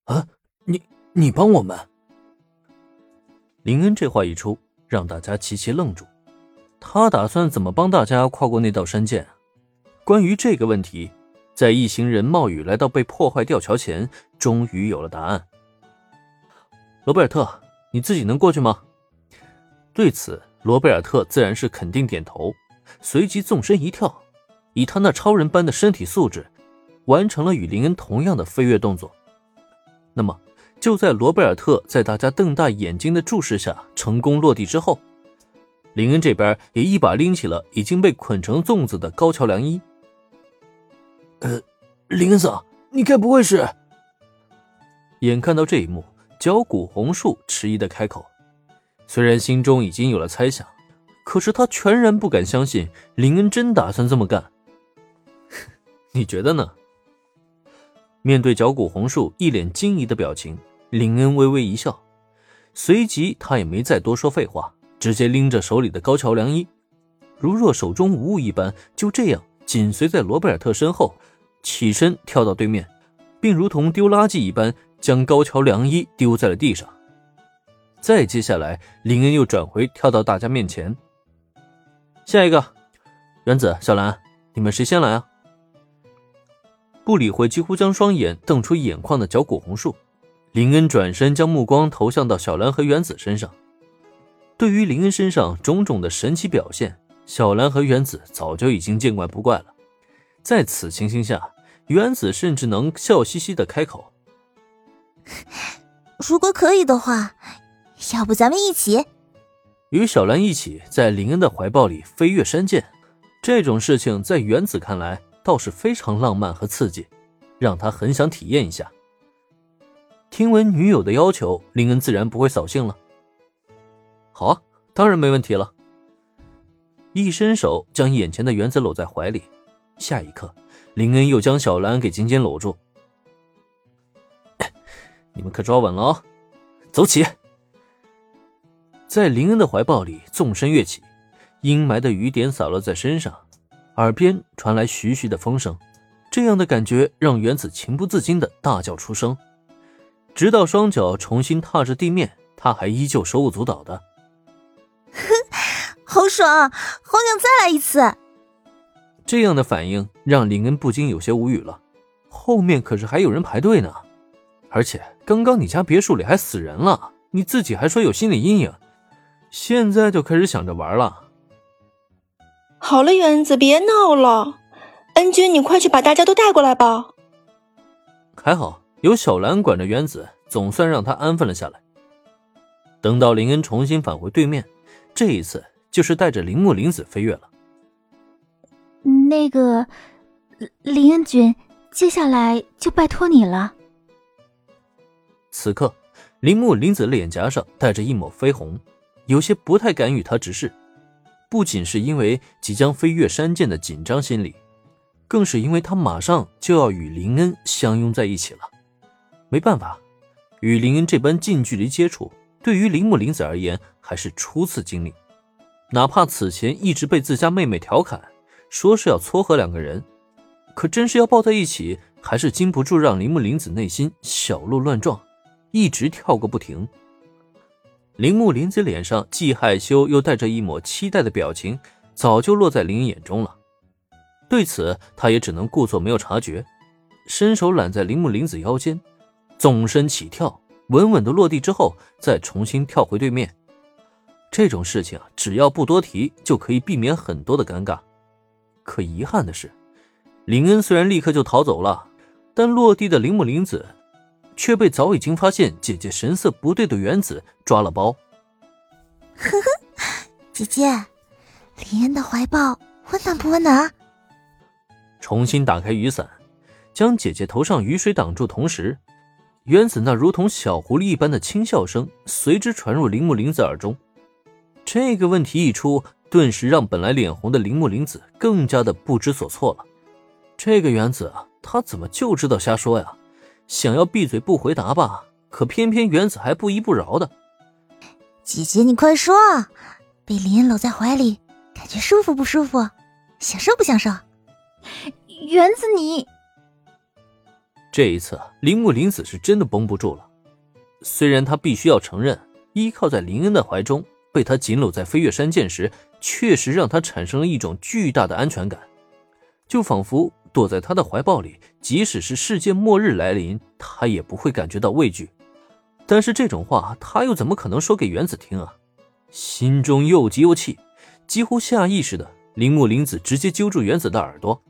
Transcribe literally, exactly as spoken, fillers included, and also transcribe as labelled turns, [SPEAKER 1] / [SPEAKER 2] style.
[SPEAKER 1] 啊，你你帮我们？林恩这话一出，让大家齐齐愣住。他打算怎么帮大家跨过那道山涧？关于这个问题，在一行人冒雨来到被破坏吊桥前，终于有了答案。罗贝尔特，你自己能过去吗？对此，罗贝尔特自然是肯定点头，随即纵身一跳，以他那超人般的身体素质，完成了与林恩同样的飞跃动作。那么，就在罗贝尔特在大家瞪大眼睛的注视下成功落地之后，林恩这边也一把拎起了已经被捆成粽子的高桥良一。呃，林恩桑，你该不会是……眼看到这一幕，角谷红树迟疑地开口，虽然心中已经有了猜想，可是他全然不敢相信林恩真打算这么干。你觉得呢？面对角谷红树一脸惊疑的表情，林恩微微一笑，随即他也没再多说废话，直接拎着手里的高桥良一，如若手中无物一般，就这样紧随在罗贝尔特身后，起身跳到对面，并如同丢垃圾一般将高桥良一丢在了地上。再接下来，林恩又转回跳到大家面前。下一个，原子、小兰，你们谁先来啊？不理会几乎将双眼瞪出眼眶的角谷红树，林恩转身将目光投向到小兰和原子身上。对于林恩身上种种的神奇表现，小兰和原子早就已经见惯不怪了。在此情形下，原子甚至能笑嘻嘻地开口：
[SPEAKER 2] 如果可以的话，要不咱们一起？
[SPEAKER 1] 与小兰一起在林恩的怀抱里飞越山涧，这种事情在原子看来倒是非常浪漫和刺激，让他很想体验一下。听闻女友的要求，林恩自然不会扫兴了。好啊，当然没问题了。一伸手将眼前的原子搂在怀里，下一刻，林恩又将小兰给紧紧搂住。你们可抓稳了哦，走起！在林恩的怀抱里纵身跃起，阴霾的雨点洒落在身上，耳边传来徐徐的风声，这样的感觉让原子情不自禁地大叫出声。直到双脚重新踏着地面，他还依旧手舞足蹈的。
[SPEAKER 2] 好爽，好想再来一次。
[SPEAKER 1] 这样的反应让林恩不禁有些无语了，后面可是还有人排队呢，而且刚刚你家别墅里还死人了，你自己还说有心理阴影，现在就开始想着玩了。
[SPEAKER 3] 好了，原子，别闹了，恩君你快去把大家都带过来吧。
[SPEAKER 1] 还好有小兰管着原子，总算让他安分了下来。等到林恩重新返回对面，这一次就是带着铃木玲子飞跃了。
[SPEAKER 4] 那个林恩君，接下来就拜托你了。
[SPEAKER 1] 此刻铃木玲子脸颊上带着一抹绯红，有些不太敢与他直视，不仅是因为即将飞越山涧的紧张心理，更是因为他马上就要与林恩相拥在一起了。没办法，与林恩这般近距离接触，对于铃木玲子而言还是初次经历，哪怕此前一直被自家妹妹调侃说是要撮合两个人，可真是要抱在一起，还是禁不住让铃木玲子内心小鹿乱撞，一直跳个不停。铃木玲子脸上既害羞又带着一抹期待的表情，早就落在林恩眼中了。对此他也只能故作没有察觉，伸手揽在铃木玲子腰间，纵身起跳，稳稳地落地之后再重新跳回对面。这种事情啊，只要不多提就可以避免很多的尴尬。可遗憾的是，林恩虽然立刻就逃走了，但落地的铃木玲子却被早已经发现姐姐神色不对的原子抓了包。
[SPEAKER 2] 呵呵，姐姐，林恩的怀抱温暖不温暖？
[SPEAKER 1] 重新打开雨伞，将姐姐头上雨水挡住，同时原子那如同小狐狸一般的轻笑声随之传入铃木玲子耳中。这个问题一出，顿时让本来脸红的铃木玲子更加的不知所措了。这个原子啊，他怎么就知道瞎说呀？想要闭嘴不回答吧，可偏偏原子还不依不饶的。
[SPEAKER 2] 姐姐你快说，被林恩搂在怀里感觉舒服不舒服？享受不享受？
[SPEAKER 4] 原子你……
[SPEAKER 1] 这一次铃木玲子是真的绷不住了。虽然他必须要承认，依靠在林恩的怀中，被他紧搂在飞跃山涧时，确实让他产生了一种巨大的安全感，就仿佛躲在他的怀抱里，即使是世界末日来临，他也不会感觉到畏惧。但是这种话他又怎么可能说给原子听啊？心中又急又气，几乎下意识的铃木玲子直接揪住原子的耳朵，